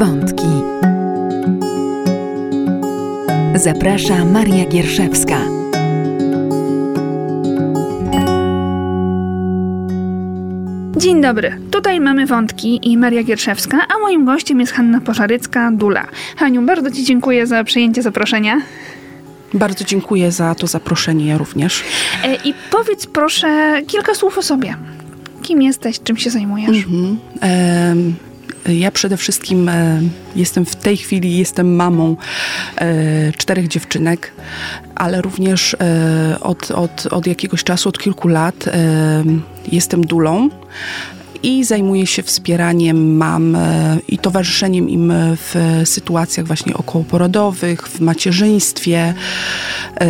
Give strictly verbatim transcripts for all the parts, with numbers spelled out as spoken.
Wątki. Zaprasza Maria Gierszewska. Dzień dobry, tutaj mamy Wątki i Maria Gierszewska, a moim gościem jest Hanna Pożarycka, Dula. Haniu, bardzo Ci dziękuję za przyjęcie zaproszenia. Bardzo dziękuję za to zaproszenie, ja również. E, I powiedz proszę kilka słów o sobie. Kim jesteś, czym się zajmujesz? Mhm. E, ja przede wszystkim e, jestem w tej chwili, jestem mamą e, czterech dziewczynek, ale również e, od, od, od jakiegoś czasu, od kilku lat e, jestem dulą. I zajmuję się wspieraniem mam e, i towarzyszeniem im w sytuacjach właśnie okołoporodowych, w macierzyństwie. E,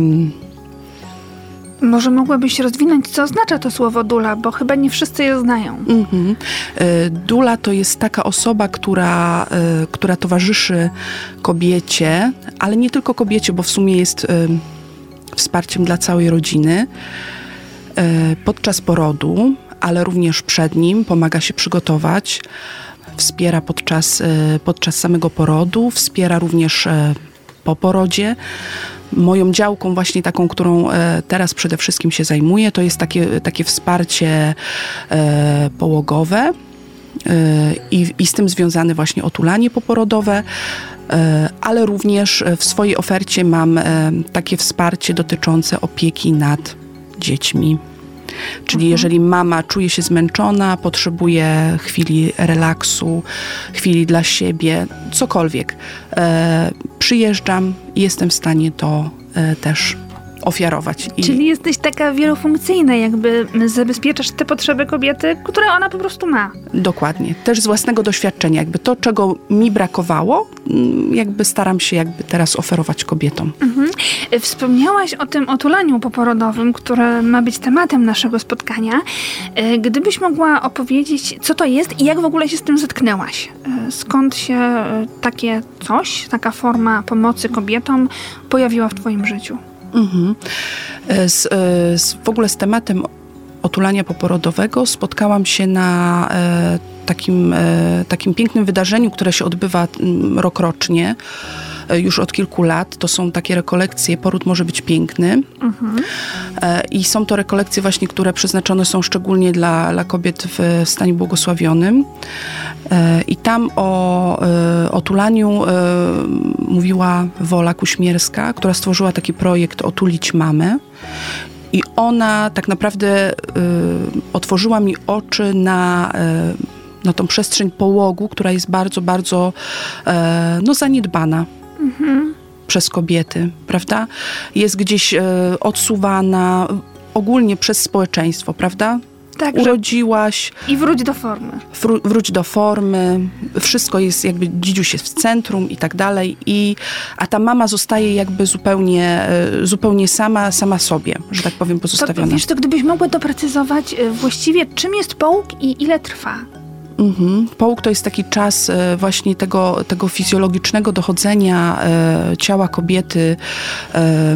Może mogłabyś rozwinąć, co oznacza to słowo dula, bo chyba nie wszyscy je znają. Mm-hmm. E, dula to jest taka osoba, która, e, która towarzyszy kobiecie, ale nie tylko kobiecie, bo w sumie jest e, wsparciem dla całej rodziny e, podczas porodu, ale również przed nim, pomaga się przygotować, wspiera podczas, podczas samego porodu, wspiera również po porodzie. Moją działką właśnie taką, którą teraz przede wszystkim się zajmuję, to jest takie, takie wsparcie połogowe i, i z tym związane właśnie otulanie poporodowe, ale również w swojej ofercie mam takie wsparcie dotyczące opieki nad dziećmi. Czyli jeżeli mama czuje się zmęczona, potrzebuje chwili relaksu, chwili dla siebie, cokolwiek, e, przyjeżdżam i jestem w stanie to e, też ofiarować. I... Czyli jesteś taka wielofunkcyjna, jakby zabezpieczasz te potrzeby kobiety, które ona po prostu ma. Dokładnie. Też z własnego doświadczenia. Jakby to, czego mi brakowało, jakby staram się jakby teraz oferować kobietom. Mhm. Wspomniałaś o tym otulaniu poporodowym, które ma być tematem naszego spotkania. Gdybyś mogła opowiedzieć, co to jest i jak w ogóle się z tym zetknęłaś? Skąd się takie coś, taka forma pomocy kobietom pojawiła w twoim życiu? Mhm. Z, z, w ogóle z tematem otulania poporodowego spotkałam się na e, takim, e, takim pięknym wydarzeniu, które się odbywa m, rokrocznie, e, już od kilku lat. To są takie rekolekcje Poród może być piękny. Mhm. E, I są to rekolekcje właśnie, które przeznaczone są szczególnie dla, dla kobiet w stanie błogosławionym. E, I tam o e, otulaniu e, mówiła Wola Kuśmierska, która stworzyła taki projekt Otulić mamę. I ona tak naprawdę y, otworzyła mi oczy na, y, na tą przestrzeń połogu, która jest bardzo, bardzo y, no, zaniedbana mhm. przez kobiety, prawda? Jest gdzieś y, odsuwana ogólnie przez społeczeństwo, prawda? Tak, urodziłaś. I wróć do formy. Wró- wróć do formy. Wszystko jest jakby, dzidziuś jest w centrum i tak dalej. I, a ta mama zostaje jakby zupełnie, zupełnie sama, sama sobie, że tak powiem, pozostawiona. To, wiesz, to gdybyś mogła doprecyzować właściwie, czym jest połóg i ile trwa? Mhm. Połóg to jest taki czas właśnie tego, tego fizjologicznego dochodzenia e, ciała kobiety e,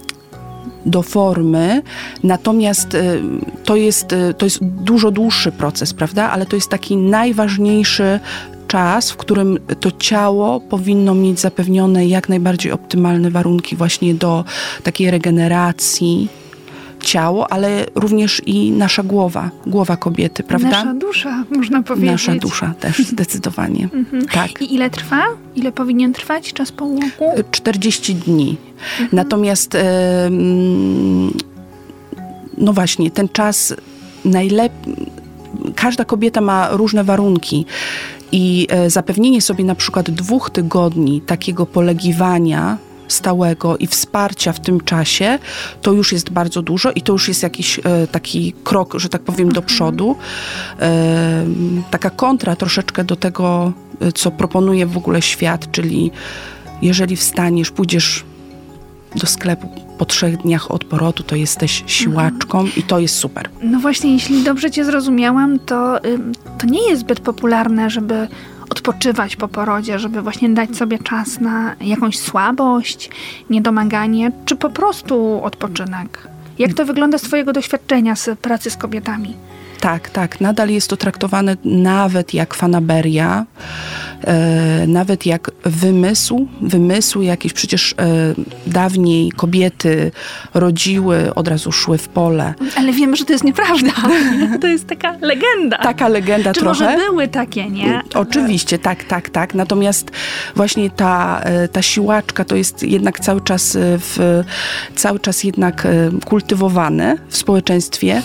do formy, natomiast y, to jest, y, to jest dużo dłuższy proces, prawda? Ale to jest taki najważniejszy czas, w którym to ciało powinno mieć zapewnione jak najbardziej optymalne warunki właśnie do takiej regeneracji ciało, ale również i nasza głowa, głowa kobiety, prawda? Nasza dusza, można powiedzieć. Nasza dusza też, zdecydowanie. Mhm. Tak. I ile trwa? Ile powinien trwać czas połogu? czterdzieści dni. Mhm. Natomiast no właśnie, ten czas najlepiej, każda kobieta ma różne warunki i zapewnienie sobie na przykład dwóch tygodni takiego polegiwania stałego i wsparcia w tym czasie, to już jest bardzo dużo i to już jest jakiś e, taki krok, że tak powiem, do przodu. E, taka kontra troszeczkę do tego, co proponuje w ogóle świat, czyli jeżeli wstaniesz, pójdziesz do sklepu po trzech dniach od porodu, to jesteś siłaczką mhm. i to jest super. No właśnie, jeśli dobrze cię zrozumiałam, to, ym, to nie jest zbyt popularne, żeby odpoczywać po porodzie, żeby właśnie dać sobie czas na jakąś słabość, niedomaganie, czy po prostu odpoczynek. Jak to wygląda z twojego doświadczenia z pracy z kobietami? Tak, tak. Nadal jest to traktowane nawet jak fanaberia, e, nawet jak wymysł, wymysł jakiś, przecież e, dawniej kobiety rodziły, od razu szły w pole. Ale wiemy, że to jest nieprawda. To jest taka legenda. Taka legenda Czy trochę. może były takie, nie? Oczywiście, tak, tak, tak. Natomiast właśnie ta, ta siłaczka to jest jednak cały czas w, cały czas jednak kultywowane w społeczeństwie.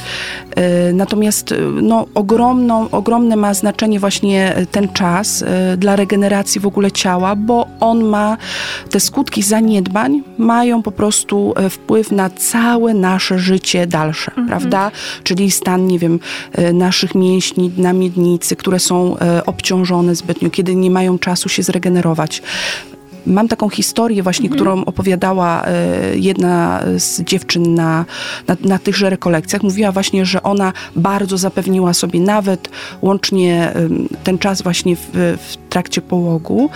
Natomiast no, ogromną, ogromne ma znaczenie właśnie ten czas dla regeneracji w ogóle ciała, bo on ma, te skutki zaniedbań mają po prostu wpływ na całe nasze życie dalsze, mhm. prawda? Czyli stan, nie wiem, naszych mięśni na miednicy, które są obciążone zbytnio, kiedy nie mają czasu się zregenerować. Mam taką historię właśnie, mhm. którą opowiadała jedna z dziewczyn na, na, na tychże rekolekcjach. Mówiła właśnie, że ona bardzo zapewniła sobie nawet łącznie ten czas właśnie w, w trakcie połogu.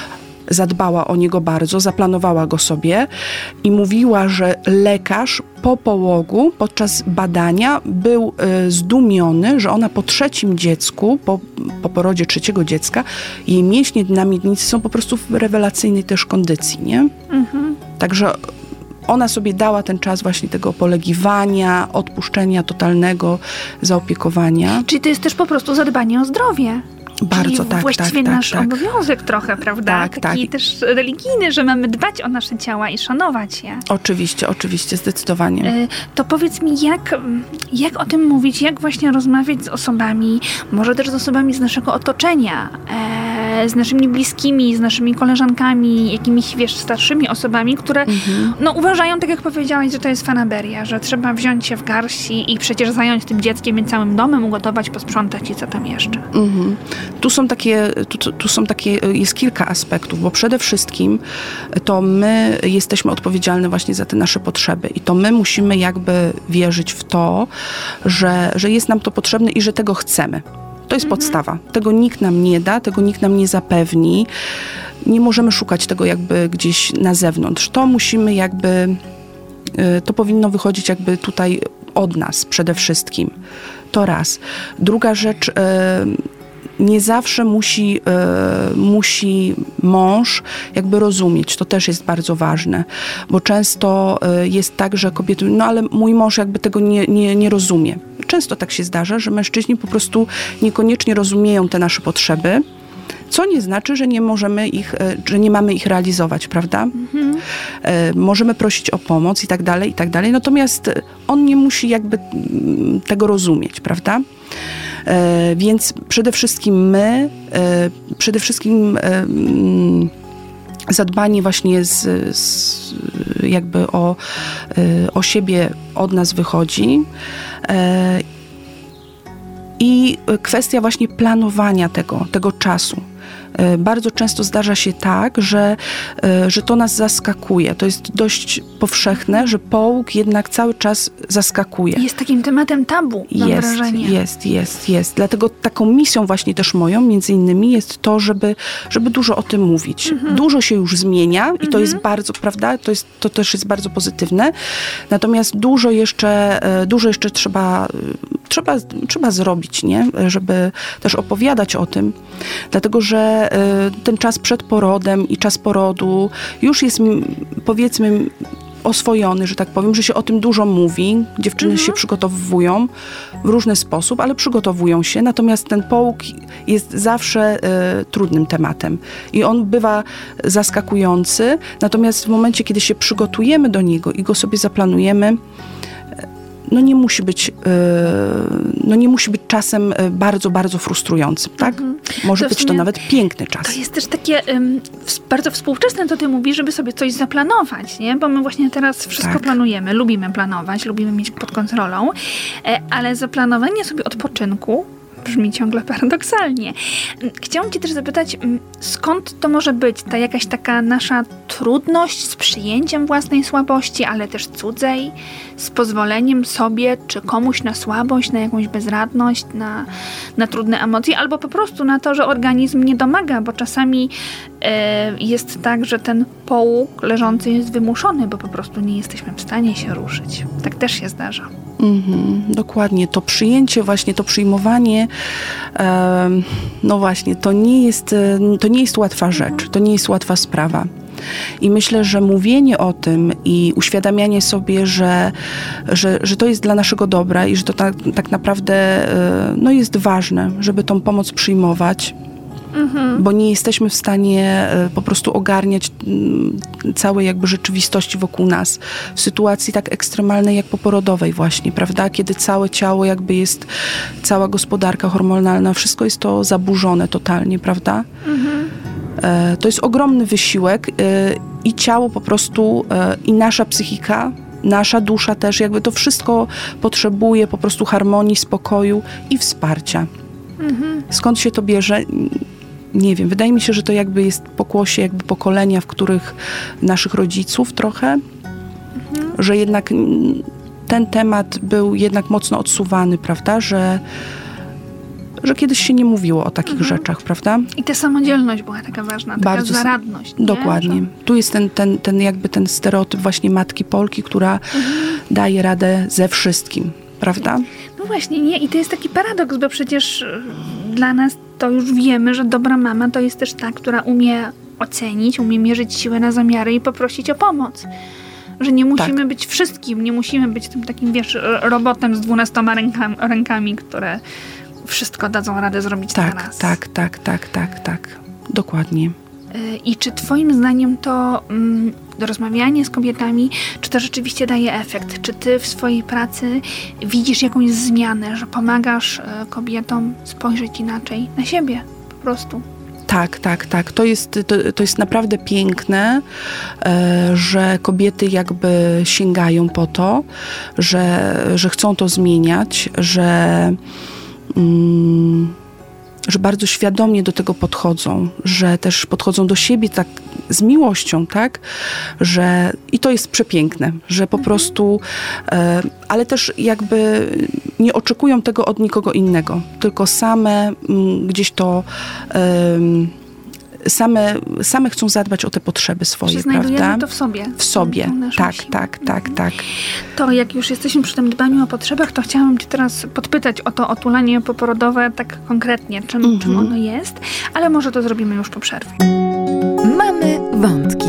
Zadbała o niego bardzo, zaplanowała go sobie i mówiła, że lekarz po połogu, podczas badania był y, zdumiony, że ona po trzecim dziecku, po, po porodzie trzeciego dziecka, jej mięśnie na miednicy są po prostu w rewelacyjnej też kondycji, nie? Mhm. Także ona sobie dała ten czas właśnie tego polegiwania, odpuszczenia totalnego, zaopiekowania. Czyli to jest też po prostu zadbanie o zdrowie. Bardzo, Czyli tak, właściwie tak, nasz tak, obowiązek trochę, prawda? Tak, Taki tak. też religijny, że mamy dbać o nasze ciała i szanować je. Oczywiście, oczywiście, zdecydowanie. To powiedz mi, jak, jak o tym mówić, jak właśnie rozmawiać z osobami, może też z osobami z naszego otoczenia, e, z naszymi bliskimi, z naszymi koleżankami, jakimiś, wiesz, starszymi osobami, które mhm. no, uważają, tak jak powiedziałaś, że to jest fanaberia, że trzeba wziąć się w garści i przecież zająć tym dzieckiem i całym domem, ugotować, posprzątać i co tam jeszcze. Mhm. Tu są takie, tu, tu są takie, jest kilka aspektów, bo przede wszystkim to my jesteśmy odpowiedzialni właśnie za te nasze potrzeby i to my musimy jakby wierzyć w to, że, że jest nam to potrzebne i że tego chcemy. To jest mhm. podstawa. Tego nikt nam nie da, tego nikt nam nie zapewni. Nie możemy szukać tego jakby gdzieś na zewnątrz. To musimy jakby, to powinno wychodzić jakby tutaj od nas przede wszystkim. To raz. Druga rzecz, nie zawsze musi, y, musi mąż jakby rozumieć. To też jest bardzo ważne, bo często y, jest tak, że kobiety, no ale mój mąż jakby tego nie, nie, nie rozumie. Często tak się zdarza, że mężczyźni po prostu niekoniecznie rozumieją te nasze potrzeby, co nie znaczy, że nie możemy ich, że nie mamy ich realizować, prawda? Mhm. Możemy prosić o pomoc i tak dalej, i tak dalej, natomiast on nie musi jakby tego rozumieć, prawda? Więc przede wszystkim my, przede wszystkim zadbanie właśnie z, z jakby o, o siebie od nas wychodzi. I kwestia właśnie planowania tego, tego czasu. Bardzo często zdarza się tak, że, że to nas zaskakuje. To jest dość powszechne, że połóg jednak cały czas zaskakuje. Jest takim tematem tabu, mam jest, wrażenie. Jest, jest, jest. Dlatego taką misją właśnie też moją, między innymi, jest to, żeby, żeby dużo o tym mówić. Mhm. Dużo się już zmienia i mhm. to jest bardzo, prawda, to, jest, to też jest bardzo pozytywne. Natomiast dużo jeszcze, dużo jeszcze trzeba, trzeba, trzeba zrobić, nie? Żeby też opowiadać o tym. Dlatego, że ten czas przed porodem i czas porodu już jest, powiedzmy, oswojony, że tak powiem, że się o tym dużo mówi. Dziewczyny mhm. się przygotowują w różny sposób, ale przygotowują się. Natomiast ten połóg jest zawsze y, trudnym tematem. I on bywa zaskakujący. Natomiast w momencie, kiedy się przygotujemy do niego i go sobie zaplanujemy, no nie musi być, no nie musi być czasem bardzo, bardzo frustrującym, tak? Mhm. Może to być to nawet piękny czas. To jest też takie um, bardzo współczesne, to ty mówisz, żeby sobie coś zaplanować, nie? Bo my właśnie teraz wszystko tak. planujemy, lubimy planować, lubimy mieć pod kontrolą, ale zaplanowanie sobie odpoczynku brzmi ciągle paradoksalnie. Chciałam cię też zapytać, skąd to może być ta jakaś taka nasza trudność z przyjęciem własnej słabości, ale też cudzej, z pozwoleniem sobie czy komuś na słabość, na jakąś bezradność, na, na trudne emocje, albo po prostu na to, że organizm nie domaga, bo czasami y, jest tak, że ten połóg leżący jest wymuszony, bo po prostu nie jesteśmy w stanie się ruszyć. Tak też się zdarza. Mhm, dokładnie. To przyjęcie, właśnie to przyjmowanie, e, no właśnie, to nie jest, to nie jest łatwa rzecz, to nie jest łatwa sprawa. I myślę, że mówienie o tym i uświadamianie sobie, że, że, że to jest dla naszego dobra i że to tak, tak naprawdę no jest ważne, żeby tą pomoc przyjmować, mhm. bo nie jesteśmy w stanie po prostu ogarniać całej jakby rzeczywistości wokół nas w sytuacji tak ekstremalnej jak poporodowej właśnie, prawda? Kiedy całe ciało jakby jest, cała gospodarka hormonalna, wszystko jest to zaburzone totalnie, prawda? Mhm. To jest ogromny wysiłek i ciało po prostu, i nasza psychika, nasza dusza też, jakby to wszystko potrzebuje po prostu harmonii, spokoju i wsparcia. Mhm. Skąd się to bierze? Nie wiem. Wydaje mi się, że to jakby jest pokłosie jakby pokolenia, w których naszych rodziców trochę, mhm. że jednak ten temat był jednak mocno odsuwany, prawda, że że kiedyś się nie mówiło o takich mhm. rzeczach, prawda? I ta samodzielność była taka ważna, taka Bardzo zaradność. Nie? Dokładnie. Że... Tu jest ten, ten, ten jakby ten stereotyp właśnie matki Polki, która mhm. daje radę ze wszystkim, prawda? No właśnie, nie? I to jest taki paradoks, bo przecież dla nas to już wiemy, że dobra mama to jest też ta, która umie ocenić, umie mierzyć siłę na zamiary i poprosić o pomoc. Że nie musimy tak. być wszystkim, nie musimy być tym takim, wiesz, robotem z dwunastoma rękami, rękami które wszystko dadzą radę zrobić tak, dla nas. Tak, tak, tak, tak, tak. Dokładnie. I czy twoim zdaniem to mm, rozmawianie z kobietami, czy to rzeczywiście daje efekt? Czy ty w swojej pracy widzisz jakąś zmianę, że pomagasz y, kobietom spojrzeć inaczej na siebie po prostu? Tak, tak, tak. To jest, to, to jest naprawdę piękne, e, że kobiety jakby sięgają po to, że, że chcą to zmieniać, że Mm, że bardzo świadomie do tego podchodzą, że też podchodzą do siebie tak z miłością, tak? Że i to jest przepiękne, że po mhm. prostu, e, ale też jakby nie oczekują tego od nikogo innego, tylko same m, gdzieś to e, Same, same chcą zadbać o te potrzeby swoje, prawda? Znajdujemy to w sobie. W sobie, tak, siłę. tak, tak, tak. To jak już jesteśmy przy tym dbaniu o potrzebach, to chciałam cię teraz podpytać o to otulanie poporodowe tak konkretnie, czym, mhm. czym ono jest, ale może to zrobimy już po przerwie. Mamy wątki.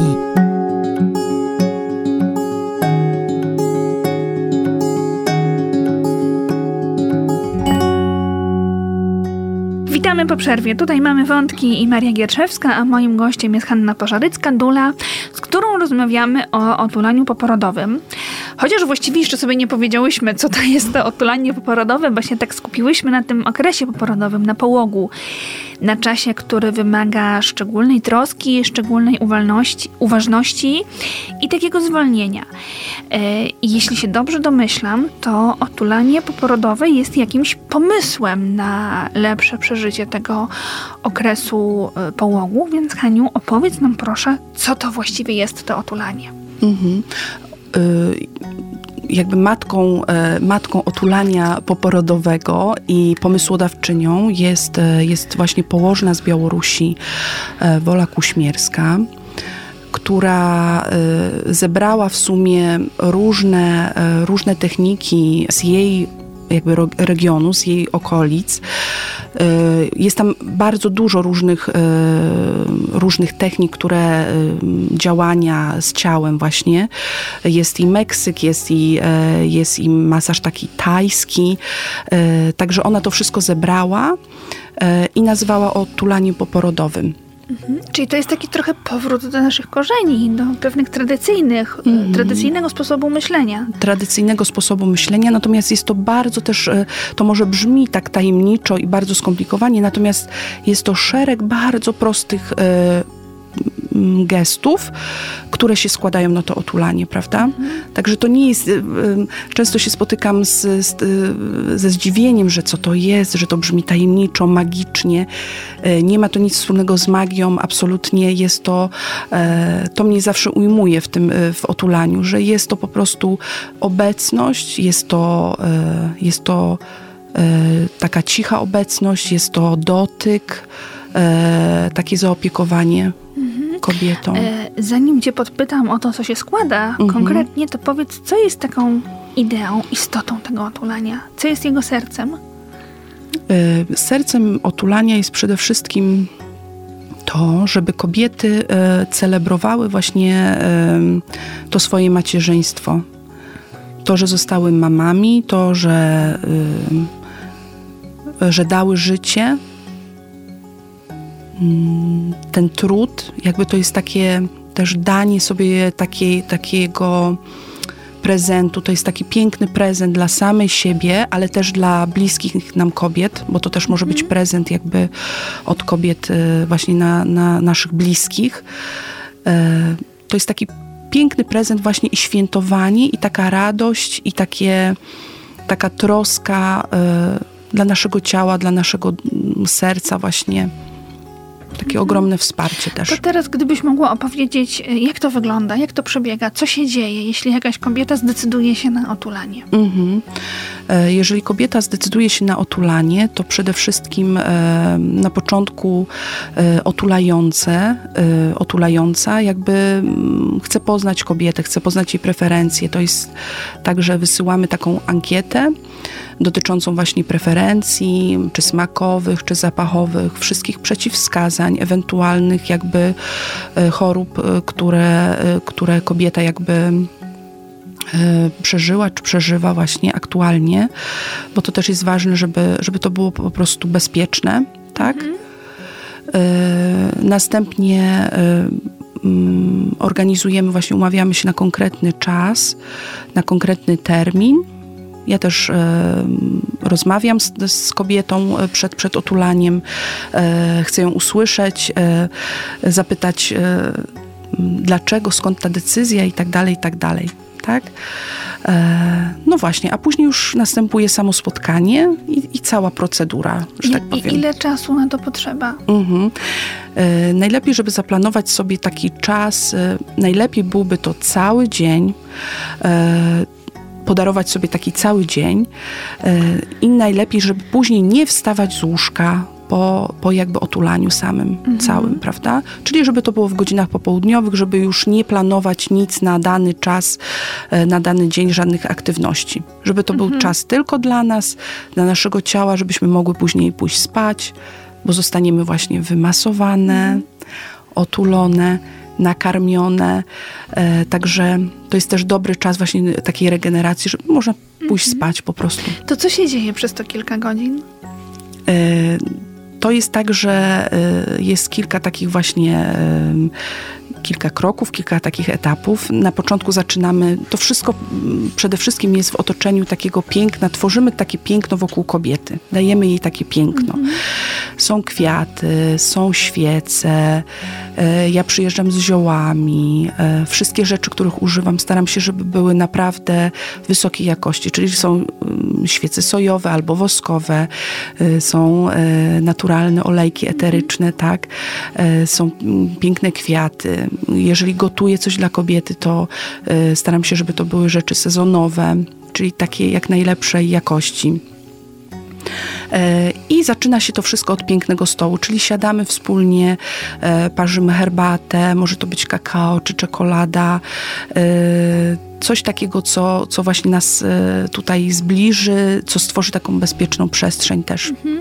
Witamy po przerwie. Tutaj mamy wątki i Maria Gierszewska, a moim gościem jest Hanna Pożarycka, dula, z którą rozmawiamy o otulaniu poporodowym. Chociaż właściwie jeszcze sobie nie powiedziałyśmy, co to jest to otulanie poporodowe, bo się tak skupiłyśmy na tym okresie poporodowym, na połogu, na czasie, który wymaga szczególnej troski, szczególnej uważności, uważności i takiego zwolnienia. I jeśli się dobrze domyślam, to otulanie poporodowe jest jakimś pomysłem na lepsze przeżycie tego okresu połogu, więc Haniu, opowiedz nam proszę, co to właściwie jest to otulanie. Mhm. Y- jakby matką, matką otulania poporodowego i pomysłodawczynią jest, jest właśnie położna z Białorusi Wola Kuśmierska, która zebrała w sumie różne, różne techniki z jej jakby regionu, z jej okolic. Jest tam bardzo dużo różnych, różnych technik, które działania z ciałem właśnie. Jest i Meksyk, jest i, jest i masaż taki tajski. Także ona to wszystko zebrała i nazwała otulaniem poporodowym. Mhm. Czyli to jest taki trochę powrót do naszych korzeni, do pewnych tradycyjnych, mhm. tradycyjnego sposobu myślenia. Tradycyjnego sposobu myślenia, natomiast jest to bardzo też, to może brzmi tak tajemniczo i bardzo skomplikowanie, natomiast jest to szereg bardzo prostych gestów, które się składają na to otulanie, prawda? Mhm. Także to nie jest, często się spotykam z, z, ze zdziwieniem, że co to jest, że to brzmi tajemniczo, magicznie. Nie ma to nic wspólnego z magią, absolutnie jest to, to mnie zawsze ujmuje w tym, w otulaniu, że jest to po prostu obecność, jest to, jest to taka cicha obecność, jest to dotyk, takie zaopiekowanie kobietą. Zanim cię podpytam o to, co się składa mhm. konkretnie, to powiedz, co jest taką ideą, istotą tego otulania? Co jest jego sercem? Sercem otulania jest przede wszystkim to, żeby kobiety celebrowały właśnie to swoje macierzyństwo. To, że zostały mamami, to, że, że dały życie. Ten trud, jakby to jest takie też danie sobie takiej, takiego prezentu. To jest taki piękny prezent dla samej siebie, ale też dla bliskich nam kobiet, bo to też może być prezent jakby od kobiet właśnie na, na naszych bliskich. To jest taki piękny prezent właśnie i świętowanie, i taka radość, i takie, taka troska dla naszego ciała, dla naszego serca właśnie. Takie ogromne wsparcie też. To teraz, gdybyś mogła opowiedzieć, jak to wygląda, jak to przebiega, co się dzieje, jeśli jakaś kobieta zdecyduje się na otulanie? Mhm. Jeżeli kobieta zdecyduje się na otulanie, to przede wszystkim na początku otulające, otulająca jakby chce poznać kobietę, chce poznać jej preferencje. To jest tak, że wysyłamy taką ankietę dotyczącą właśnie preferencji, czy smakowych, czy zapachowych, wszystkich przeciwwskazań, ewentualnych jakby chorób, które, które kobieta jakby przeżyła, czy przeżywa właśnie aktualnie, bo to też jest ważne, żeby, żeby to było po prostu bezpieczne, tak? Mhm. Następnie organizujemy, właśnie umawiamy się na konkretny czas, na konkretny termin. Ja też e, rozmawiam z, z kobietą przed, przed otulaniem, e, chcę ją usłyszeć, e, zapytać e, dlaczego, skąd ta decyzja i tak dalej, i tak dalej. Tak? E, no właśnie, a później już następuje samo spotkanie i, i cała procedura, że I, tak powiem. I ile czasu na to potrzeba? Mhm. E, najlepiej, żeby zaplanować sobie taki czas, e, najlepiej byłby to cały dzień, e, podarować sobie taki cały dzień i najlepiej, żeby później nie wstawać z łóżka po, po jakby otulaniu samym, mhm. całym, prawda? Czyli żeby to było w godzinach popołudniowych, żeby już nie planować nic na dany czas, na dany dzień, żadnych aktywności. Żeby to mhm. był czas tylko dla nas, dla naszego ciała, żebyśmy mogły później pójść spać, bo zostaniemy właśnie wymasowane, mhm. otulone, nakarmione, e, także to jest też dobry czas właśnie takiej regeneracji, że można pójść mm-hmm. spać po prostu. To co się dzieje przez to kilka godzin? E, to jest tak, że e, jest kilka takich właśnie e, kilka kroków, kilka takich etapów. Na początku zaczynamy, to wszystko przede wszystkim jest w otoczeniu takiego piękna, tworzymy takie piękno wokół kobiety. Dajemy jej takie piękno. Mm-hmm. Są kwiaty, są świece, e, ja przyjeżdżam z ziołami, e, wszystkie rzeczy, których używam, staram się, żeby były naprawdę wysokiej jakości, czyli są e, świece sojowe albo woskowe, e, są e, naturalne olejki eteryczne, tak, e, są piękne kwiaty. Jeżeli gotuję coś dla kobiety, to y, staram się, żeby to były rzeczy sezonowe, czyli takie jak najlepszej jakości. Y, I zaczyna się to wszystko od pięknego stołu, czyli siadamy wspólnie, y, parzymy herbatę, może to być kakao czy czekolada, y, coś takiego, co, co właśnie nas y, tutaj zbliży, co stworzy taką bezpieczną przestrzeń też. Mhm.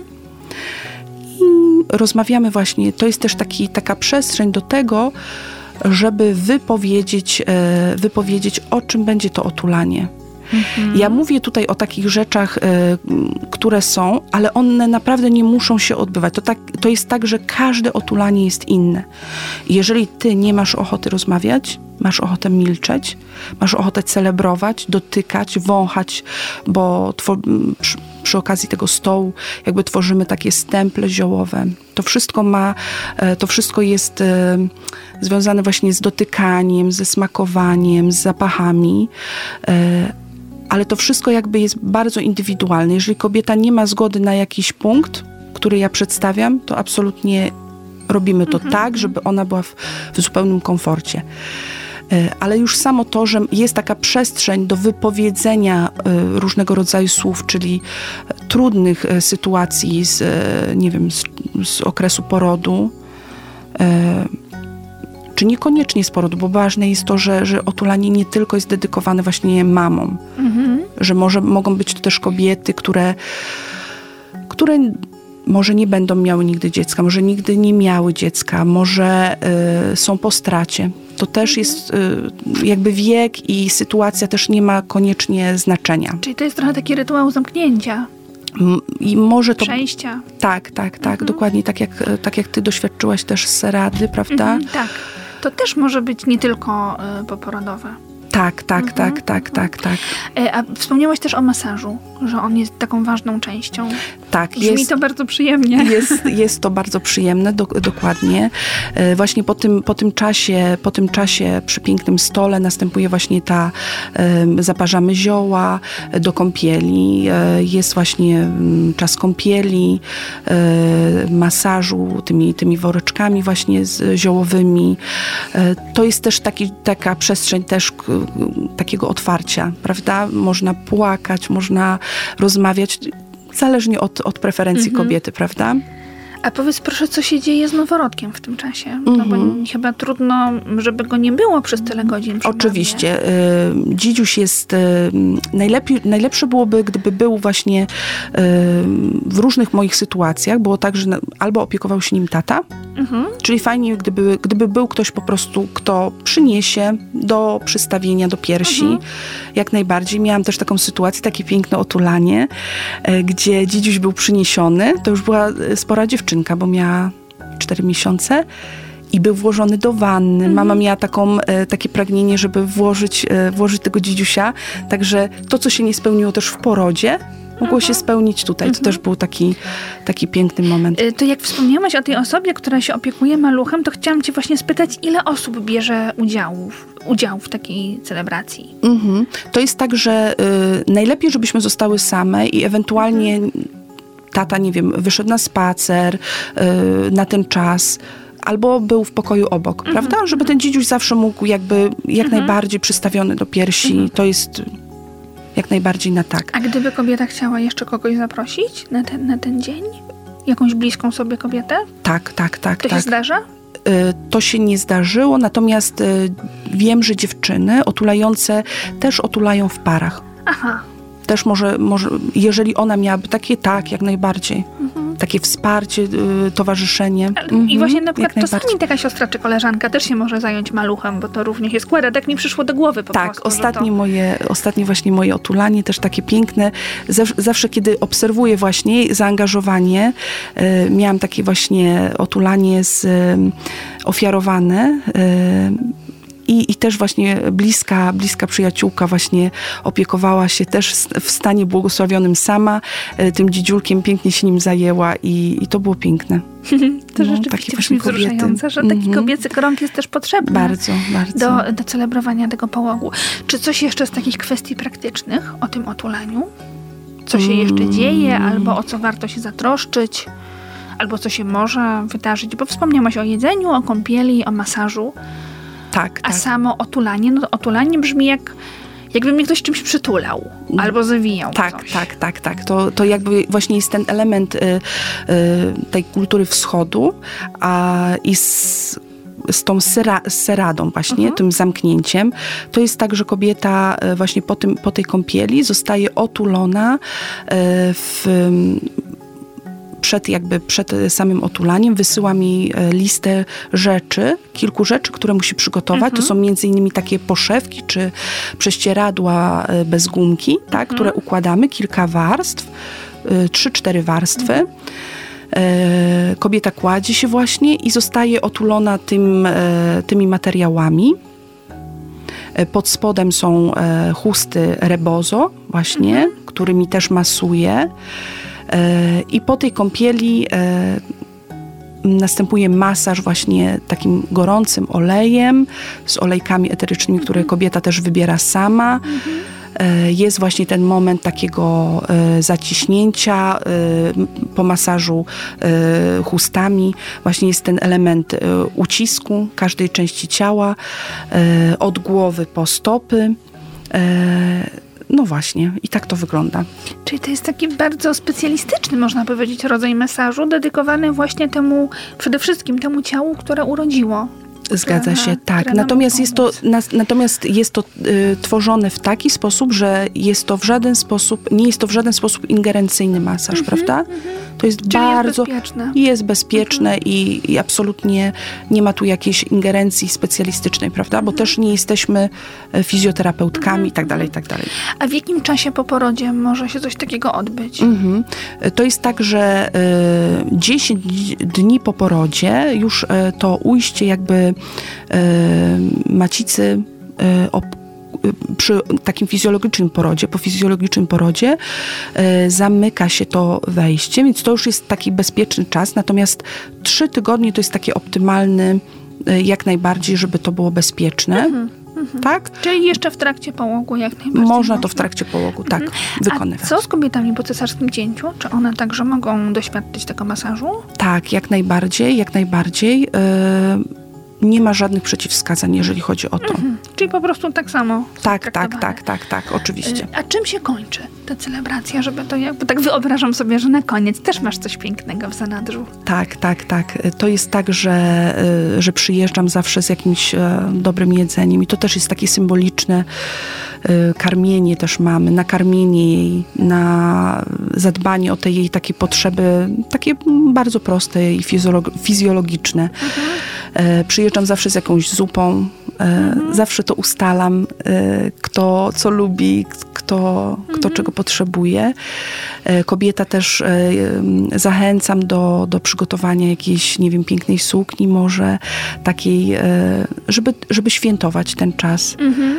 Rozmawiamy właśnie, to jest też taki, taka przestrzeń do tego, żeby wypowiedzieć, wypowiedzieć, o czym będzie to otulanie. Mhm. Ja mówię tutaj o takich rzeczach, które są, ale one naprawdę nie muszą się odbywać. To, tak, to jest tak, że każde otulanie jest inne. Jeżeli ty nie masz ochoty rozmawiać, masz ochotę milczeć, masz ochotę celebrować, dotykać, wąchać, bo two- przy, przy okazji tego stołu jakby tworzymy takie stemple ziołowe. To wszystko ma, to wszystko jest e, związane właśnie z dotykaniem, ze smakowaniem, z zapachami, e, ale to wszystko jakby jest bardzo indywidualne. Jeżeli kobieta nie ma zgody na jakiś punkt, który ja przedstawiam, to absolutnie robimy to mhm. tak, żeby ona była w, w zupełnym komforcie. Ale już samo to, że jest taka przestrzeń do wypowiedzenia różnego rodzaju słów, czyli trudnych sytuacji z, nie wiem, z, z okresu porodu, czy niekoniecznie z porodu, bo ważne jest to, że, że otulanie nie tylko jest dedykowane właśnie mamom, mhm. że może, mogą być to też kobiety, które, które może nie będą miały nigdy dziecka, może nigdy nie miały dziecka, może y, są po stracie. To też jest y, jakby wiek i sytuacja też nie ma koniecznie znaczenia. Czyli to jest trochę taki rytuał zamknięcia. I może to... Przejścia. Tak, tak, tak. Mhm. Dokładnie tak jak, tak jak ty doświadczyłaś też serady, prawda? Mhm, tak. To też może być nie tylko y, poporodowe. Tak, tak, mhm. tak, tak, tak, tak. A wspomniałaś też o masażu, że on jest taką ważną częścią. Tak. Brzmi jest, to bardzo przyjemnie. Jest, jest to bardzo przyjemne, do, dokładnie. Właśnie po tym, po tym czasie, po tym czasie przy pięknym stole następuje właśnie ta, zaparzamy zioła do kąpieli. Jest właśnie czas kąpieli, masażu tymi, tymi woreczkami właśnie z ziołowymi. To jest też taki, taka przestrzeń też takiego otwarcia, prawda? Można płakać, można rozmawiać, zależnie od, od preferencji mhm. kobiety, prawda? A powiedz proszę, co się dzieje z noworodkiem w tym czasie? Mhm. No bo chyba trudno, żeby go nie było przez tyle godzin. Oczywiście. Y, dzidziuś jest... Y, najlepiej, najlepsze byłoby, gdyby był właśnie y, w różnych moich sytuacjach. Było tak, że na, albo opiekował się nim tata, mhm. czyli fajnie, gdyby, gdyby był ktoś po prostu, kto przyniesie do przystawienia, do piersi. Mhm. Jak najbardziej. Miałam też taką sytuację, takie piękne otulanie, y, gdzie dzidziuś był przyniesiony. To już była spora dziewczyna, bo miała cztery miesiące i był włożony do wanny. Mhm. Mama miała taką, e, takie pragnienie, żeby włożyć, e, włożyć tego dzidziusia. Także to, co się nie spełniło też w porodzie, mogło się spełnić tutaj. Mhm. To też był taki, taki piękny moment. To jak wspomniałaś o tej osobie, która się opiekuje maluchem, to chciałam cię właśnie spytać, ile osób bierze udziału, udział w takiej celebracji? Mhm. To jest tak, że y, najlepiej, żebyśmy zostały same i ewentualnie mhm. tata, nie wiem, wyszedł na spacer yy, na ten czas, albo był w pokoju obok, mm-hmm. prawda? Żeby ten dzidziuś zawsze mógł jakby jak mm-hmm. najbardziej przystawiony do piersi. Mm-hmm. To jest jak najbardziej na tak. A gdyby kobieta chciała jeszcze kogoś zaprosić na ten, na ten dzień? Jakąś bliską sobie kobietę? Tak, tak, tak. To tak. się zdarza? Yy, to się nie zdarzyło, natomiast yy, wiem, że dziewczyny otulające też otulają w parach. Aha. Też może, może, jeżeli ona miałaby takie, tak, jak najbardziej. Mhm. Takie wsparcie, y, towarzyszenie. Mhm. I właśnie na przykład czasami taka siostra czy koleżanka też się może zająć maluchem, bo to również jest składa. Tak mi przyszło do głowy po tak, prostu. Tak, ostatnie, to... moje, ostatnie właśnie moje otulanie, też takie piękne. Zawsze, zawsze kiedy obserwuję właśnie zaangażowanie, y, miałam takie właśnie otulanie z, y, ofiarowane, y, I, I też właśnie bliska, bliska przyjaciółka właśnie opiekowała się też w stanie błogosławionym sama. Tym dzidziulkiem pięknie się nim zajęła i, i to było piękne. To no, rzeczywiście brzmi wzruszające, że taki mm-hmm. kobiecy krąg jest też potrzebny. Bardzo, bardzo. Do, do celebrowania tego połogu. Czy coś jeszcze z takich kwestii praktycznych o tym otulaniu? Co się jeszcze mm. dzieje, albo o co warto się zatroszczyć, albo co się może wydarzyć? Bo wspomniałaś o jedzeniu, o kąpieli, o masażu. Tak, A tak. samo otulanie, no to otulanie brzmi jak, jakby mnie ktoś czymś przytulał albo zawijał. Tak, coś. tak, tak, tak. To, to jakby właśnie jest ten element y, y, tej kultury wschodu a, i z, z tą sera, seradą właśnie, mhm. tym zamknięciem. To jest tak, że kobieta y, właśnie po, tym, po tej kąpieli zostaje otulona y, w... Przed, jakby przed samym otulaniem wysyła mi listę rzeczy, kilku rzeczy, które musi przygotować. Mhm. To są między innymi takie poszewki, czy prześcieradła bez gumki, tak, mhm. które układamy, kilka warstw, trzy, cztery warstwy. Mhm. Kobieta kładzie się właśnie i zostaje otulona tym, tymi materiałami. Pod spodem są chusty rebozo właśnie, mhm. którymi też masuje. I po tej kąpieli e, następuje masaż właśnie takim gorącym olejem, z olejkami eterycznymi, które kobieta też wybiera sama. E, jest właśnie ten moment takiego e, zaciśnięcia e, po masażu e, chustami. Właśnie jest ten element e, ucisku każdej części ciała, e, od głowy po stopy. E, No właśnie, i tak to wygląda. Czyli to jest taki bardzo specjalistyczny, można powiedzieć, rodzaj masażu, dedykowany właśnie temu, przede wszystkim temu ciału, które urodziło. Zgadza się, tak. które nam Natomiast jest to, pomóc. nas, natomiast jest to y, tworzone w taki sposób, że jest to w żaden sposób, nie jest to w żaden sposób ingerencyjny masaż, prawda? To jest Czyli bardzo... jest bezpieczne. Jest bezpieczne i, i absolutnie nie ma tu jakiejś ingerencji specjalistycznej, prawda? Bo też nie jesteśmy e, fizjoterapeutkami i tak dalej, i tak dalej. A w jakim czasie po porodzie może się coś takiego odbyć? Mhm. To jest tak, że y, dziesięć dni po porodzie już y, to ujście jakby y, macicy y, op, y, przy takim fizjologicznym porodzie, po fizjologicznym porodzie y, zamyka się to wejście, więc to już jest taki bezpieczny czas, natomiast trzy tygodnie to jest taki optymalny y, jak najbardziej, żeby to było bezpieczne. Mhm. Tak? Czyli jeszcze w trakcie połogu jak najbardziej Można to w trakcie połogu, tak, wykonywać. A co z kobietami po cesarskim cięciu? Czy one także mogą doświadczyć tego masażu? Tak, jak najbardziej, jak najbardziej. Yy, nie ma żadnych przeciwwskazań, jeżeli chodzi o to. Mhm. Czyli po prostu tak samo są Tak, tak, traktowane. tak, tak, tak, oczywiście. A czym się kończy ta celebracja? Żeby to jakby tak wyobrażam sobie, że na koniec też masz coś pięknego w zanadrzu. Tak, tak, tak. To jest tak, że, y, że przyjeżdżam zawsze z jakimś y, dobrym jedzeniem i to też jest takie symboliczne y, karmienie też mamy, nakarmienie jej, na zadbanie o te jej takie potrzeby, takie bardzo proste i fizjolog- fizjologiczne. Mhm. Y, przyjeżdżam zawsze z jakąś zupą, y, mhm. zawsze to ustalam, y, kto co lubi, kto, mhm. kto czego potrzebuje. Y, kobieta też y, y, zachęcam do, do przygotowania jakiejś, nie wiem, pięknej sukni może, takiej, żeby, żeby świętować ten czas. Mhm.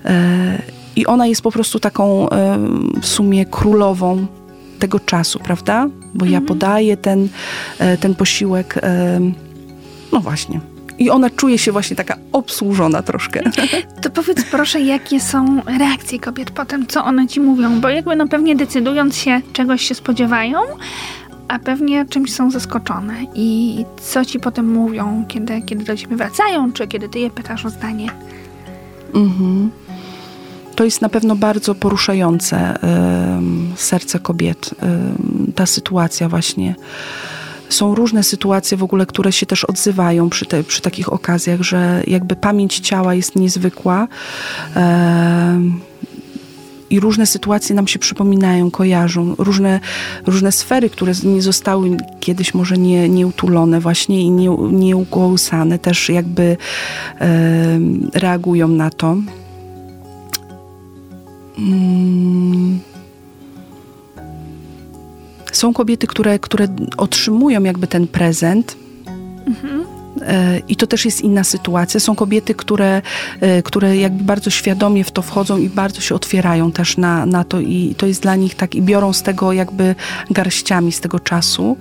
I ona jest po prostu taką w sumie królową tego czasu, prawda? Bo mhm. ja podaję ten, ten posiłek, no właśnie. I ona czuje się właśnie taka obsłużona troszkę. To powiedz proszę, jakie są reakcje kobiet potem, co one ci mówią? Bo jakby no pewnie decydując się, czegoś się spodziewają, a pewnie czymś są zaskoczone. I co ci potem mówią, kiedy, kiedy do ciebie wracają, czy kiedy ty je pytasz o zdanie? Mhm. To jest na pewno bardzo poruszające y, serce kobiet, y, ta sytuacja właśnie. Są różne sytuacje w ogóle, które się też odzywają przy, te, przy takich okazjach, że jakby pamięć ciała jest niezwykła. Y, I różne sytuacje nam się przypominają, kojarzą. Różne, różne sfery, które nie zostały kiedyś może nie, nie utulone właśnie i nie, nie ukołysane, też jakby e, reagują na to. Mm. Są kobiety, które, które otrzymują jakby ten prezent. Mhm. I to też jest inna sytuacja. Są kobiety, które, które jakby bardzo świadomie w to wchodzą i bardzo się otwierają też na, na to i to jest dla nich tak i biorą z tego jakby garściami z tego czasu.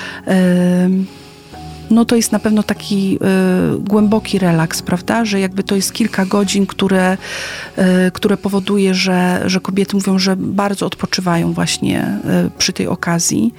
No to jest na pewno taki głęboki relaks, prawda? Że jakby to jest kilka godzin, które, które powoduje, że, że kobiety mówią, że bardzo odpoczywają właśnie przy tej okazji.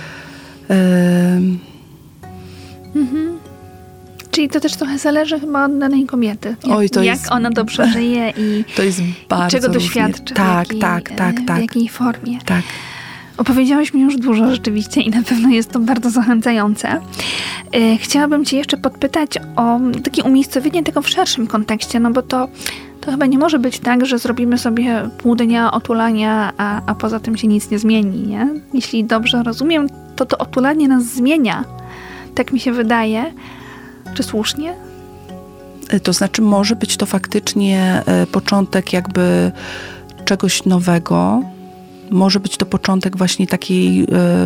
Mhm. Czyli to też trochę zależy chyba od danej kobiety. Jak, Oj, to jak jest, ona to przeżyje i, to jest bardzo i czego różnie. doświadczy. Tak, w jakiej, tak, tak, tak. W jakiej formie. Tak. Opowiedziałaś mi już dużo rzeczywiście i na pewno jest to bardzo zachęcające. Chciałabym cię jeszcze podpytać o takie umiejscowienie tego w szerszym kontekście, no bo to, to chyba nie może być tak, że zrobimy sobie pół dnia otulania, a, a poza tym się nic nie zmieni, nie? Jeśli dobrze rozumiem, to to otulanie nas zmienia. Tak mi się wydaje. Czy słusznie? To znaczy może być to faktycznie początek jakby czegoś nowego. Może być to początek właśnie takiej,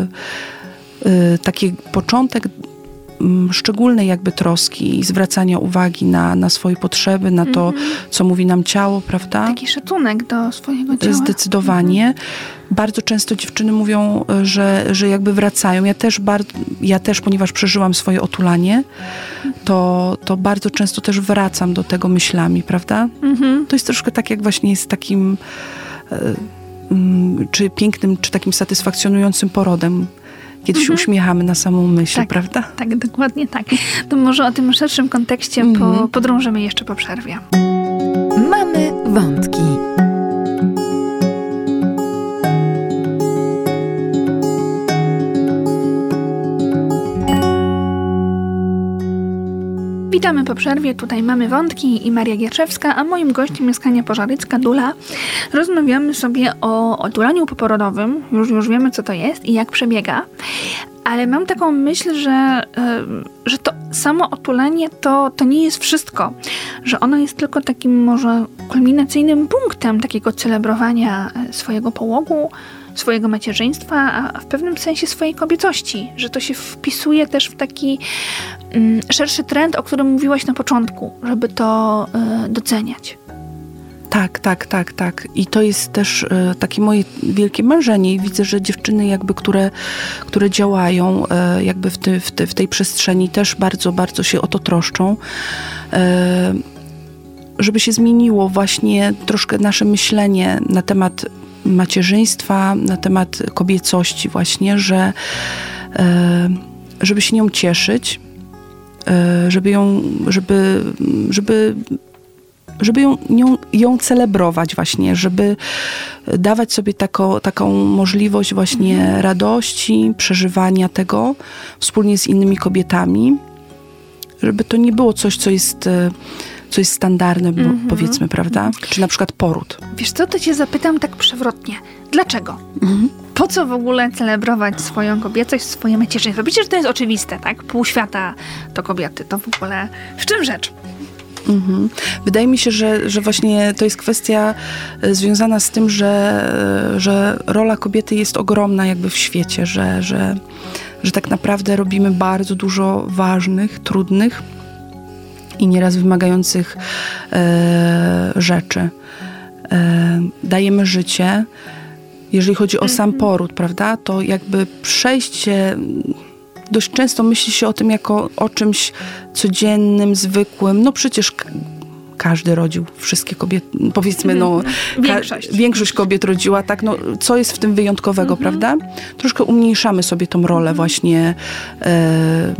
taki początek szczególnej jakby troski i zwracania uwagi na, na swoje potrzeby, na to, mm-hmm. co mówi nam ciało, prawda? Taki szacunek do swojego ciała. Zdecydowanie. Mm-hmm. Bardzo często dziewczyny mówią, że, że jakby wracają. Ja też, bardzo, ja też, ponieważ przeżyłam swoje otulanie, to, to bardzo często też wracam do tego myślami, prawda? Mm-hmm. To jest troszkę tak, jak właśnie jest takim czy pięknym, czy takim satysfakcjonującym porodem, kiedy mhm. się uśmiechamy na samą myśl, tak, prawda? Tak, dokładnie tak. To może o tym szerszym kontekście mhm. po, podrążymy jeszcze po przerwie. Mamy wątki. Witamy po przerwie, tutaj mamy Wątki i Maria Gierszewska, a moim gościem jest Hania Pożarycka, Dula. Rozmawiamy sobie o otulaniu poporodowym, już, już wiemy co to jest i jak przebiega, ale mam taką myśl, że, yy, że to samo otulanie to, to nie jest wszystko, że ono jest tylko takim może kulminacyjnym punktem takiego celebrowania swojego połogu, swojego macierzyństwa, a w pewnym sensie swojej kobiecości, że to się wpisuje też w taki mm, szerszy trend, o którym mówiłaś na początku, żeby to y, doceniać. Tak, tak, tak, tak. I to jest też y, takie moje wielkie marzenie i widzę, że dziewczyny jakby, które, które działają y, jakby w, ty, w, ty, w tej przestrzeni też bardzo, bardzo się o to troszczą. Y, żeby się zmieniło właśnie troszkę nasze myślenie na temat macierzyństwa, na temat kobiecości właśnie, że żeby się nią cieszyć, żeby ją, żeby, żeby, żeby ją, ją, ją celebrować właśnie, żeby dawać sobie tako, taką możliwość właśnie mhm. radości, przeżywania tego wspólnie z innymi kobietami, żeby to nie było coś, co jest co jest standardne, bo, mm-hmm. powiedzmy, prawda? Czy na przykład poród. Wiesz co, to cię zapytam tak przewrotnie. Dlaczego? Mm-hmm. Po co w ogóle celebrować swoją kobiecość, swoje macierzyństwo? Przecież to jest oczywiste, tak? Pół świata to kobiety. To w ogóle... W czym rzecz? Mm-hmm. Wydaje mi się, że, że właśnie to jest kwestia związana z tym, że, że rola kobiety jest ogromna jakby w świecie, że, że, że tak naprawdę robimy bardzo dużo ważnych, trudnych i nieraz wymagających e, rzeczy. E, dajemy życie. Jeżeli chodzi o sam poród, prawda, to jakby przejście, dość często myśli się o tym jako o czymś codziennym, zwykłym. No przecież k- każdy rodził, wszystkie kobiety, powiedzmy, no większość. Ka- większość kobiet rodziła, tak, no co jest w tym wyjątkowego, mhm. prawda? Troszkę umniejszamy sobie tą rolę mhm. właśnie e,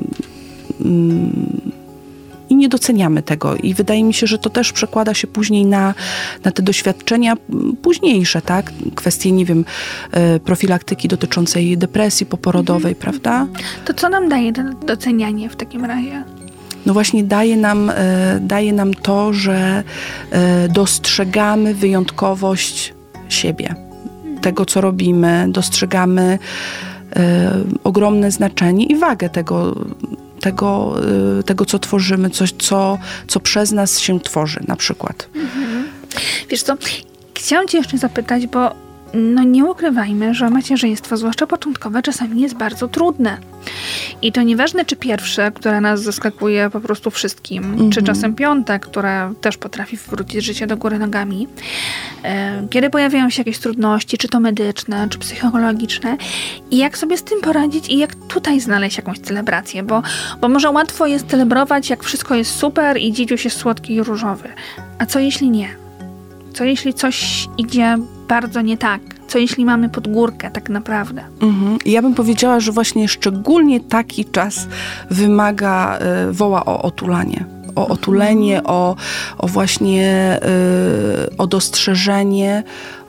mm, i nie doceniamy tego. I wydaje mi się, że to też przekłada się później na, na te doświadczenia późniejsze, tak? Kwestie, nie wiem, profilaktyki dotyczącej depresji poporodowej, mhm. prawda? To co nam daje to docenianie w takim razie? No właśnie daje nam, daje nam to, że dostrzegamy wyjątkowość siebie. Mhm. Tego, co robimy. Dostrzegamy ogromne znaczenie i wagę tego, Tego, tego, co tworzymy, coś, co, co przez nas się tworzy, na przykład. Mhm. Wiesz co, chciałam cię jeszcze zapytać, bo no nie ukrywajmy, że macierzyństwo, zwłaszcza początkowe, czasami jest bardzo trudne. I to nieważne, czy pierwsze, które nas zaskakuje po prostu wszystkim, mhm. czy czasem piąte, które też potrafi wrócić życie do góry nogami. Kiedy pojawiają się jakieś trudności, czy to medyczne, czy psychologiczne, i jak sobie z tym poradzić i jak tutaj znaleźć jakąś celebrację, bo, bo może łatwo jest celebrować, jak wszystko jest super i dzidziuś jest słodki i różowy. A co jeśli nie? Co jeśli coś idzie bardzo nie tak? Co jeśli mamy pod górkę tak naprawdę? Mhm. Ja bym powiedziała, że właśnie szczególnie taki czas wymaga, y, woła o otulanie. O otulenie, mhm. o, o właśnie y, o dostrzeżenie,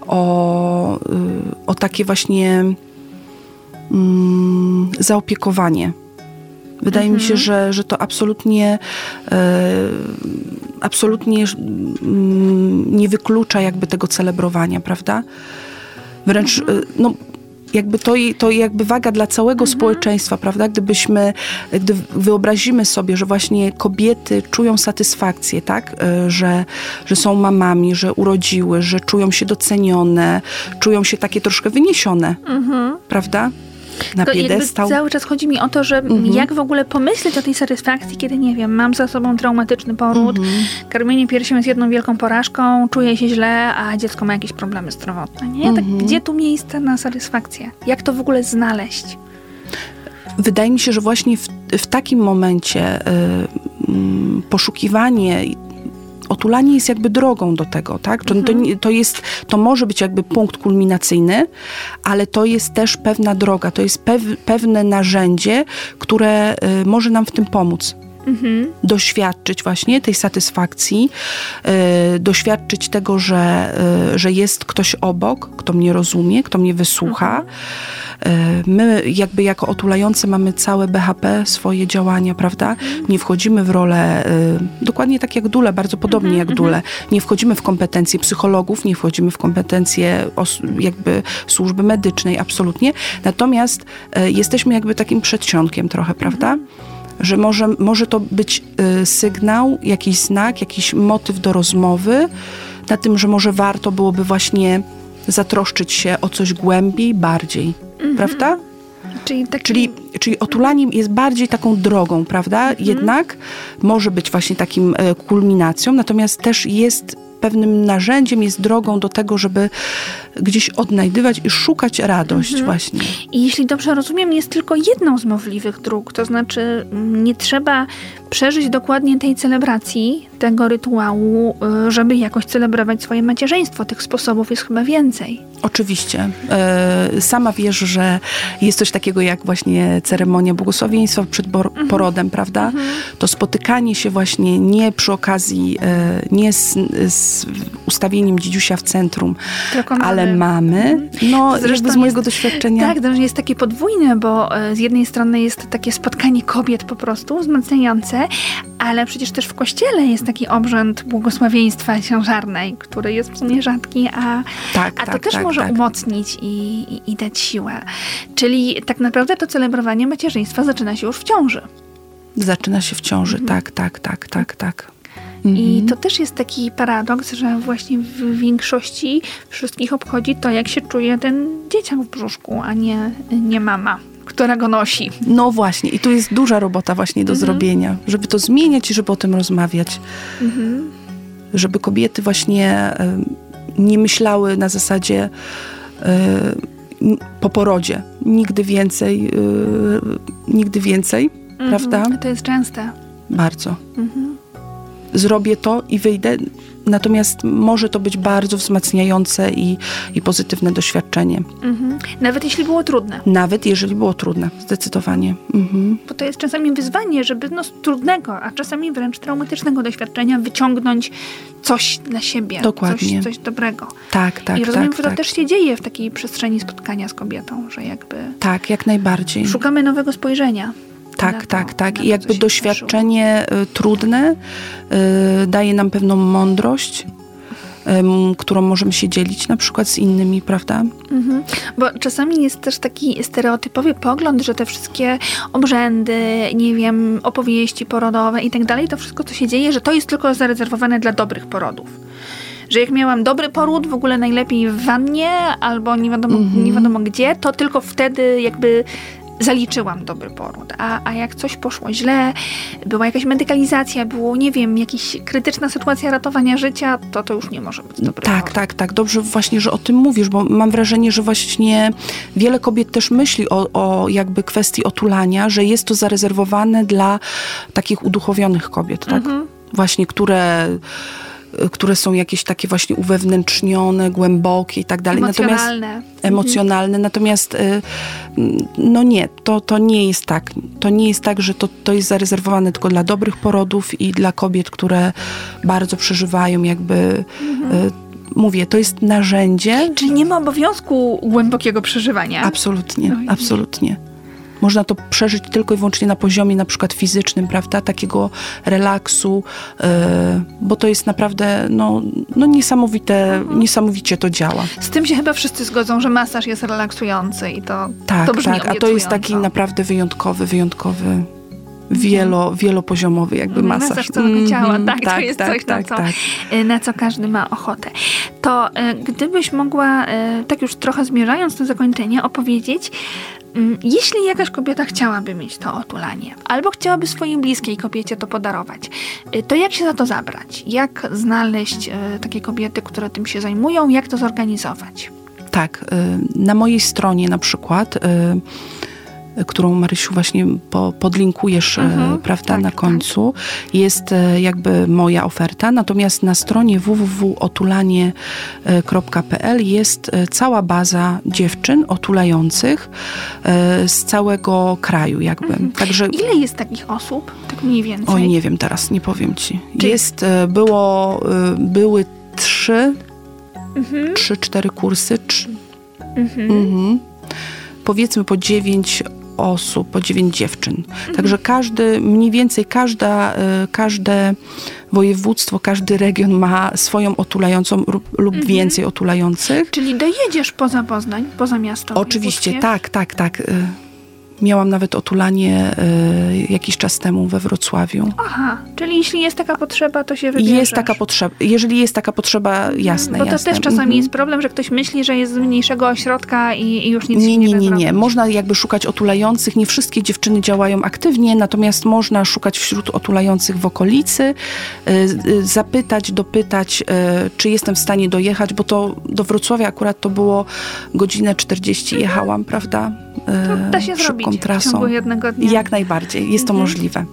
o, y, o takie właśnie y, zaopiekowanie. Wydaje mhm. mi się, że, że to absolutnie y, absolutnie y, nie wyklucza jakby tego celebrowania, prawda? Wręcz, mhm. y, no jakby to, to jakby waga dla całego mhm. społeczeństwa, prawda? Gdybyśmy, gdy wyobrazimy sobie, że właśnie kobiety czują satysfakcję, tak? Że, że są mamami, że urodziły, że czują się docenione, czują się takie troszkę wyniesione, mhm. prawda? Na piedestał. Cały czas chodzi mi o to, że mhm. jak w ogóle pomyśleć o tej satysfakcji, kiedy, nie wiem, mam za sobą traumatyczny poród, mhm. karmienie piersią jest jedną wielką porażką, czuję się źle, a dziecko ma jakieś problemy zdrowotne. Nie? Mhm. Tak, gdzie tu miejsce na satysfakcję? Jak to w ogóle znaleźć? Wydaje mi się, że właśnie w, w takim momencie y, y, poszukiwanie, otulanie jest jakby drogą do tego, tak? To, mhm. to, to, jest, to może być jakby punkt kulminacyjny, ale to jest też pewna droga, to jest pew, pewne narzędzie, które y, może nam w tym pomóc. Mhm. Doświadczyć właśnie tej satysfakcji, y, doświadczyć tego, że, y, że jest ktoś obok, kto mnie rozumie, kto mnie wysłucha. Mhm. Y, my jakby jako otulający mamy całe B H P, swoje działania, prawda? Mhm. Nie wchodzimy w rolę, y, dokładnie tak jak dule, bardzo podobnie Mhm, jak dule. Nie wchodzimy w kompetencje psychologów, nie wchodzimy w kompetencje os- jakby służby medycznej, absolutnie. Natomiast y, jesteśmy jakby takim przedsionkiem trochę, prawda? Że może, może to być y, sygnał, jakiś znak, jakiś motyw do rozmowy na tym, że może warto byłoby właśnie zatroszczyć się o coś głębiej, bardziej, Mhm. prawda? Czyli, taki... Czyli, czyli otulanie jest bardziej taką drogą, prawda? Jednak może być właśnie takim e, kulminacją, natomiast też jest pewnym narzędziem, jest drogą do tego, żeby gdzieś odnajdywać i szukać radość Mhm. właśnie. I jeśli dobrze rozumiem, jest tylko jedną z możliwych dróg, to znaczy mm, nie trzeba przeżyć dokładnie tej celebracji, tego rytuału, y, żeby jakoś celebrować swoje macierzyństwo. Tych sposobów jest chyba więcej. Oczywiście. E, sama wiesz, że jest coś takiego jak właśnie ceremonia błogosławieństwa przed bor- Mhm. porodem, prawda? Mhm. To spotykanie się właśnie nie przy okazji, e, nie z, z ustawieniem dzidziusia w centrum, Tylko mamy. ale mamy, no To zresztą jakby z mojego jest- doświadczenia. Tak, to jest takie podwójne, bo e, z jednej strony jest takie spotkanie kobiet po prostu, wzmacniające, ale przecież też w kościele jest taki obrzęd błogosławieństwa ciężarnej, który jest w sumie rzadki, a, Tak, a to tak, też tak, może tak. umocnić i, i, i dać siłę. Czyli tak naprawdę to celebrowanie macierzyństwa zaczyna się już w ciąży. Zaczyna się w ciąży, Mhm. tak, tak, tak, tak, tak. I Mhm. to też jest taki paradoks, że właśnie w większości wszystkich obchodzi to, jak się czuje ten dzieciak w brzuszku, a nie, nie mama, która go nosi. No właśnie, i tu jest duża robota właśnie do Mhm. zrobienia, żeby to zmieniać i żeby o tym rozmawiać. Mhm. Żeby kobiety właśnie e, nie myślały na zasadzie e, n- po porodzie. Nigdy więcej, e, nigdy więcej, prawda? Mhm. To jest częste. Bardzo. Mhm. Zrobię to i wyjdę. Natomiast może to być bardzo wzmacniające i, i pozytywne doświadczenie. Mhm. Nawet jeśli było trudne. Nawet jeżeli było trudne, zdecydowanie. Mhm. Bo to jest czasami wyzwanie, żeby no, z trudnego, a czasami wręcz traumatycznego doświadczenia wyciągnąć coś dla siebie. Dokładnie. Coś, coś dobrego. Tak, tak, I rozumiem, tak. że to tak. też się dzieje w takiej przestrzeni spotkania z kobietą, że jakby Tak, jak najbardziej. szukamy nowego spojrzenia. na Tak, to, tak, tak. na I to, jakby co się doświadczenie y, trudne y, daje nam pewną mądrość, ym, którą możemy się dzielić na przykład z innymi, prawda? Mhm. Bo czasami jest też taki stereotypowy pogląd, że te wszystkie obrzędy, nie wiem, opowieści porodowe i tak dalej, to wszystko, co się dzieje, że to jest tylko zarezerwowane dla dobrych porodów. Że jak miałam dobry poród, w ogóle najlepiej w wannie albo nie wiadomo, Mhm. nie wiadomo gdzie, to tylko wtedy jakby zaliczyłam dobry poród. A, a jak coś poszło źle, była jakaś medykalizacja, było, nie wiem, jakaś krytyczna sytuacja ratowania życia, to to już nie może być dobry Tak, poród. tak, tak. Dobrze właśnie, że o tym mówisz, bo mam wrażenie, że właśnie wiele kobiet też myśli o, o jakby kwestii otulania, że jest to zarezerwowane dla takich uduchowionych kobiet, tak? Mhm. Właśnie, które... które są jakieś takie właśnie uwewnętrznione, głębokie i tak dalej. Natomiast Emocjonalne. emocjonalne. Natomiast y, no nie, to, to nie jest tak. To nie jest tak, że to, to jest zarezerwowane tylko dla dobrych porodów i dla kobiet, które bardzo przeżywają jakby, y, mówię, to jest narzędzie. Czyli nie ma obowiązku głębokiego przeżywania. Absolutnie, Oj. absolutnie. Można to przeżyć tylko i wyłącznie na poziomie na przykład fizycznym, prawda? Takiego relaksu, y, bo to jest naprawdę no, no niesamowite, Mhm. niesamowicie to działa. Z tym się chyba wszyscy zgodzą, że masaż jest relaksujący i to, Tak, to brzmi tak, a to jest taki obiecująco. naprawdę wyjątkowy, wyjątkowy, wielo, wielopoziomowy jakby masaż. Masaż całego ciała, Mhm, tak, to jest tak, coś, na, tak, co, tak. y, na co każdy ma ochotę. To y, gdybyś mogła, y, tak już trochę zmierzając do zakończenia, opowiedzieć, y, jeśli jakaś kobieta chciałaby mieć to otulanie, albo chciałaby swojej bliskiej kobiecie to podarować, y, to jak się za to zabrać? Jak znaleźć y, takie kobiety, które tym się zajmują? Jak to zorganizować? Tak, y, na mojej stronie na przykład y, którą Marysiu właśnie po, podlinkujesz, mhm, prawda, tak, na końcu, tak. jest jakby moja oferta. Natomiast na stronie w w w kropka otulanie kropka p l jest cała baza dziewczyn otulających z całego kraju jakby. Mhm. Także... Ile jest takich osób? Tak mniej więcej? Oj, nie wiem teraz, nie powiem ci. Czy... Jest, było, były trzy, mhm. trzy, cztery kursy. Trzy, mhm. Mhm. Powiedzmy po dziewięć osób, po dziewięć dziewczyn. Mhm. Także każdy, mniej więcej każda, każde województwo, każdy region ma swoją otulającą lub, lub mhm. więcej otulających. Czyli dojedziesz poza Poznań, poza miasto? Oczywiście, tak, tak, tak. Miałam nawet otulanie y, jakiś czas temu we Wrocławiu. Aha, czyli jeśli jest taka potrzeba, to się wybierzesz. Jest taka potrzeba. Jeżeli jest taka potrzeba, jasne, Bo to jasne. też czasami mm-hmm. jest problem, że ktoś myśli, że jest z mniejszego ośrodka i, i już nic nie, się nie nie, da nie, nie, zrobić. nie. Można jakby szukać otulających. Nie wszystkie dziewczyny działają aktywnie, natomiast można szukać wśród otulających w okolicy, y, y, zapytać, dopytać, y, czy jestem w stanie dojechać, bo to do Wrocławia akurat to było godzinę czterdzieści jechałam, prawda? To da się zrobić trasą. w ciągu jednego dnia. Jak najbardziej. Jest to mhm. możliwe.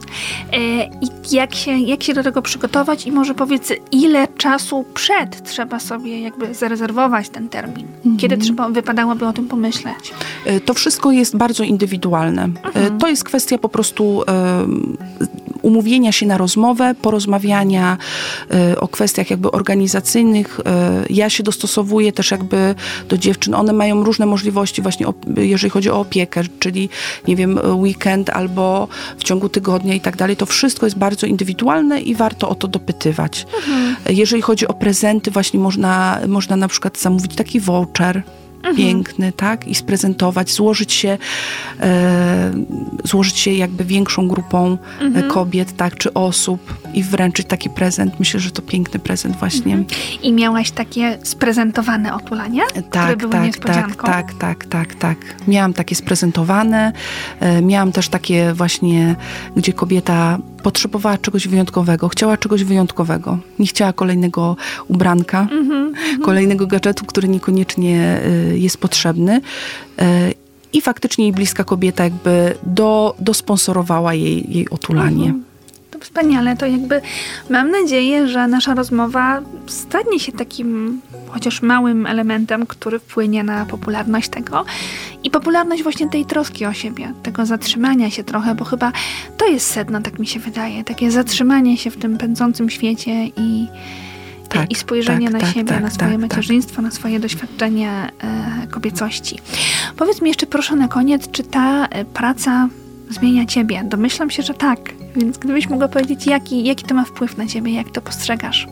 I jak się, jak się do tego przygotować i może powiedz, ile czasu przed trzeba sobie jakby zarezerwować ten termin? Mhm. Kiedy trzeba, wypadałoby o tym pomyśleć? To wszystko jest bardzo indywidualne. Mhm. To jest kwestia po prostu um, umówienia się na rozmowę, porozmawiania y, o kwestiach jakby organizacyjnych. Y, ja się dostosowuję też jakby do dziewczyn. One mają różne możliwości właśnie, o, jeżeli chodzi o opiekę, czyli nie wiem, weekend albo w ciągu tygodnia i tak dalej. To wszystko jest bardzo indywidualne i warto o to dopytywać. Mhm. Jeżeli chodzi o prezenty, właśnie można, można na przykład zamówić taki voucher, Mhm. piękny, tak? I sprezentować, złożyć się e, złożyć się jakby większą grupą mhm. kobiet, tak? Czy osób i wręczyć taki prezent. Myślę, że to piękny prezent właśnie. Mhm. I miałaś takie sprezentowane otulania? Tak, które były tak, niespodzianką? tak, tak, tak, tak. Miałam takie sprezentowane. E, miałam też takie właśnie, gdzie kobieta potrzebowała czegoś wyjątkowego, chciała czegoś wyjątkowego. Nie chciała kolejnego ubranka, mm-hmm, kolejnego gadżetu, który niekoniecznie y, jest potrzebny. Y, I faktycznie jej bliska kobieta jakby do, dosponsorowała jej, jej otulanie. Mm-hmm. To wspaniale. To jakby mam nadzieję, że nasza rozmowa stanie się takim chociaż małym elementem, który wpłynie na popularność tego i popularność właśnie tej troski o siebie, tego zatrzymania się trochę, bo chyba to jest sedno, tak mi się wydaje, takie zatrzymanie się w tym pędzącym świecie i, tak, i spojrzenie tak, na tak, siebie, tak, na swoje tak, macierzyństwo, tak. na swoje doświadczenie e, kobiecości. Powiedz mi jeszcze proszę na koniec, czy ta e, praca zmienia ciebie? Domyślam się, że tak, więc gdybyś mogła powiedzieć, jaki, jaki to ma wpływ na ciebie, jak to postrzegasz?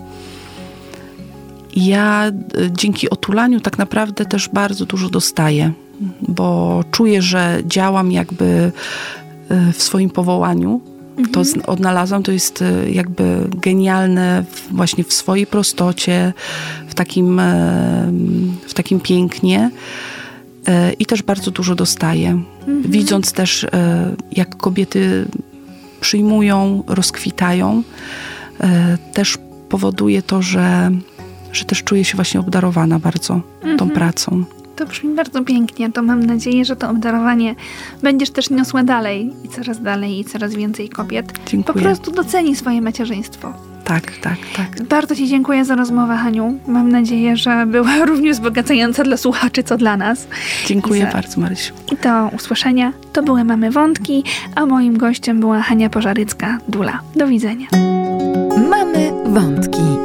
Ja dzięki otulaniu tak naprawdę też bardzo dużo dostaję, bo czuję, że działam jakby w swoim powołaniu. Mhm. To odnalazłam, to jest jakby genialne właśnie w swojej prostocie, w takim, w takim pięknie. I też bardzo dużo dostaję. Mhm. Widząc też, jak kobiety przyjmują, rozkwitają, też powoduje to, że że też czuję się właśnie obdarowana bardzo mm-hmm. tą pracą. To brzmi bardzo pięknie. To mam nadzieję, że to obdarowanie będziesz też niosła dalej i coraz dalej i coraz więcej kobiet dziękuję. Po prostu doceni swoje macierzyństwo. Tak, tak, tak. Bardzo ci dziękuję za rozmowę, Haniu. Mam nadzieję, że była równie wzbogacająca dla słuchaczy, co dla nas. Dziękuję za... bardzo, Marysiu. I do usłyszenia. To były Mamy Wątki, a moim gościem była Hania Pożarycka-Dula. Do widzenia. Mamy Wątki.